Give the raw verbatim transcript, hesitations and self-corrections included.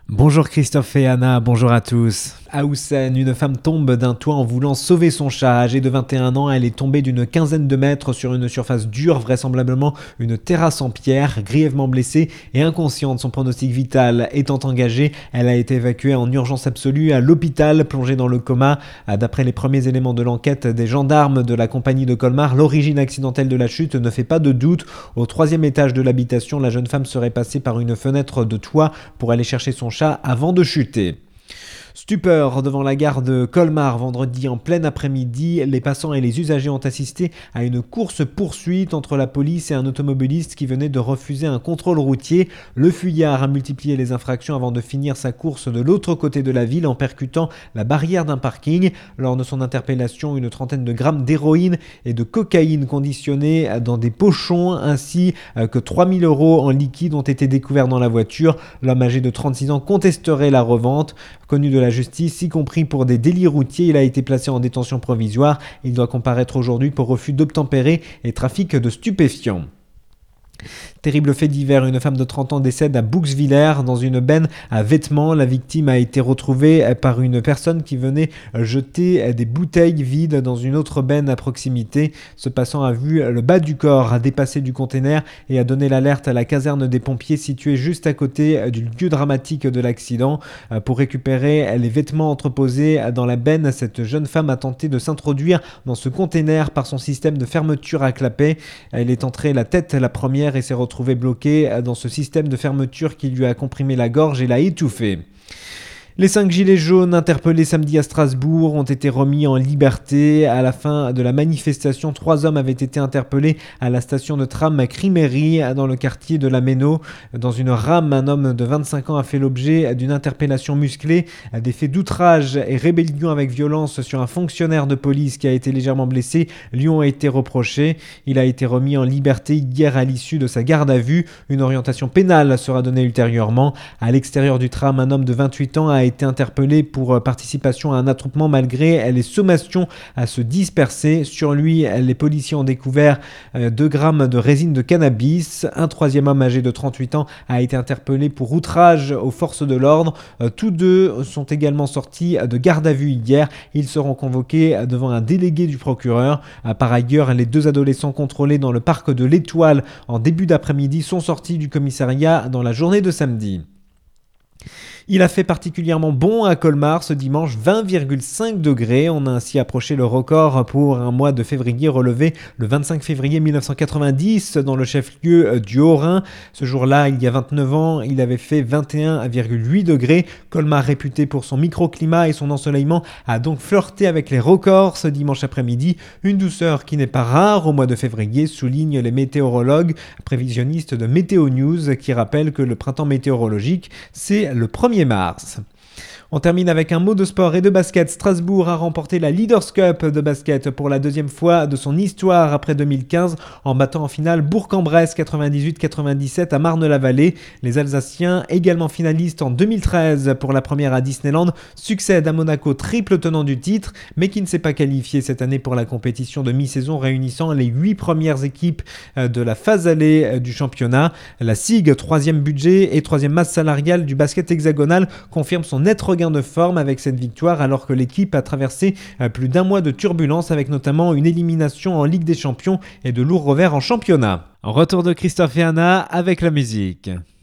Bonjour Christophe et Anna, bonjour à tous. À Houssen, une femme tombe d'un toit en voulant sauver son chat. Âgée de vingt et un ans, elle est tombée d'une quinzaine de mètres sur une surface dure, vraisemblablement une terrasse en pierre. Grièvement blessée et inconsciente, son pronostic vital étant engagé, elle a été évacuée en urgence absolue à l'hôpital, plongée dans le coma. D'après les premiers éléments de l'enquête des gendarmes de la compagnie de Colmar, l'origine accidentelle de la chute ne fait pas de doute. Au troisième étage de l'habitation, la jeune femme serait passée par une fenêtre de toit pour aller chercher son chat avant de chuter. Stupeur devant la gare de Colmar vendredi en plein après-midi, les passants et les usagers ont assisté à une course-poursuite entre la police et un automobiliste qui venait de refuser un contrôle routier. Le fuyard a multiplié les infractions avant de finir sa course de l'autre côté de la ville en percutant la barrière d'un parking. Lors de son interpellation, une trentaine de grammes d'héroïne et de cocaïne conditionnée dans des pochons ainsi que trois mille euros en liquide ont été découverts dans la voiture. L'homme âgé de trente-six ans contesterait la revente. Connu de la justice, y compris pour des délits routiers, il a été placé en détention provisoire. Il doit comparaître aujourd'hui pour refus d'obtempérer et trafic de stupéfiants. Terrible fait divers, une femme de trente ans décède à Bouxwiller dans une benne à vêtements. La victime a été retrouvée par une personne qui venait jeter des bouteilles vides dans une autre benne à proximité. Ce passant a vu le bas du corps dépasser du container et a donné l'alerte à la caserne des pompiers située juste à côté du lieu dramatique de l'accident. Pour récupérer les vêtements entreposés dans la benne, cette jeune femme a tenté de s'introduire dans ce container par son système de fermeture à clapet. Elle est entrée la tête la première et s'est retrouvée bloquée dans ce système de fermeture qui lui a comprimé la gorge et l'a étouffée. Les cinq gilets jaunes interpellés samedi à Strasbourg ont été remis en liberté. À la fin de la manifestation, trois hommes avaient été interpellés à la station de tram Crimery dans le quartier de la Méno. Dans une rame, un homme de vingt-cinq ans a fait l'objet d'une interpellation musclée. Des faits d'outrage et rébellion avec violence sur un fonctionnaire de police qui a été légèrement blessé lui ont été reprochés. Il a été remis en liberté hier à l'issue de sa garde à vue. Une orientation pénale sera donnée ultérieurement. À l'extérieur du tram, un homme de vingt-huit ans a a été interpellé pour participation à un attroupement malgré les sommations à se disperser. Sur lui, les policiers ont découvert deux grammes de résine de cannabis. Un troisième homme âgé de trente-huit ans a été interpellé pour outrage aux forces de l'ordre. Tous deux sont également sortis de garde à vue hier. Ils seront convoqués devant un délégué du procureur. Par ailleurs, les deux adolescents contrôlés dans le parc de l'Étoile en début d'après-midi sont sortis du commissariat dans la journée de samedi. Il a fait particulièrement bon à Colmar ce dimanche, vingt virgule cinq degrés. On a ainsi approché le record pour un mois de février relevé le vingt-cinq février mille neuf cent quatre-vingt-dix dans le chef-lieu du Haut-Rhin. Ce jour-là, il y a vingt-neuf ans, il avait fait vingt et un virgule huit degrés. Colmar, réputé pour son microclimat et son ensoleillement, a donc flirté avec les records ce dimanche après-midi. Une douceur qui n'est pas rare au mois de février, soulignent les météorologues prévisionnistes de Météo News qui rappellent que le printemps météorologique, c'est le premier mars. On termine avec un mot de sport et de basket. Strasbourg a remporté la Leaders Cup de basket pour la deuxième fois de son histoire après deux mille quinze en battant en finale Bourg-en-Bresse quatre-vingt-dix-huit quatre-vingt-dix-sept à Marne-la-Vallée. Les Alsaciens, également finalistes en deux mille treize pour la première à Disneyland, succèdent à Monaco, triple tenant du titre, mais qui ne s'est pas qualifié cette année pour la compétition de mi-saison réunissant les huit premières équipes de la phase allée du championnat. La S I G, troisième budget et troisième masse salariale du basket hexagonal, confirme son net regain de forme avec cette victoire alors que l'équipe a traversé plus d'un mois de turbulence avec notamment une élimination en Ligue des Champions et de lourds revers en championnat. Retour de Christophe et Anna avec la musique.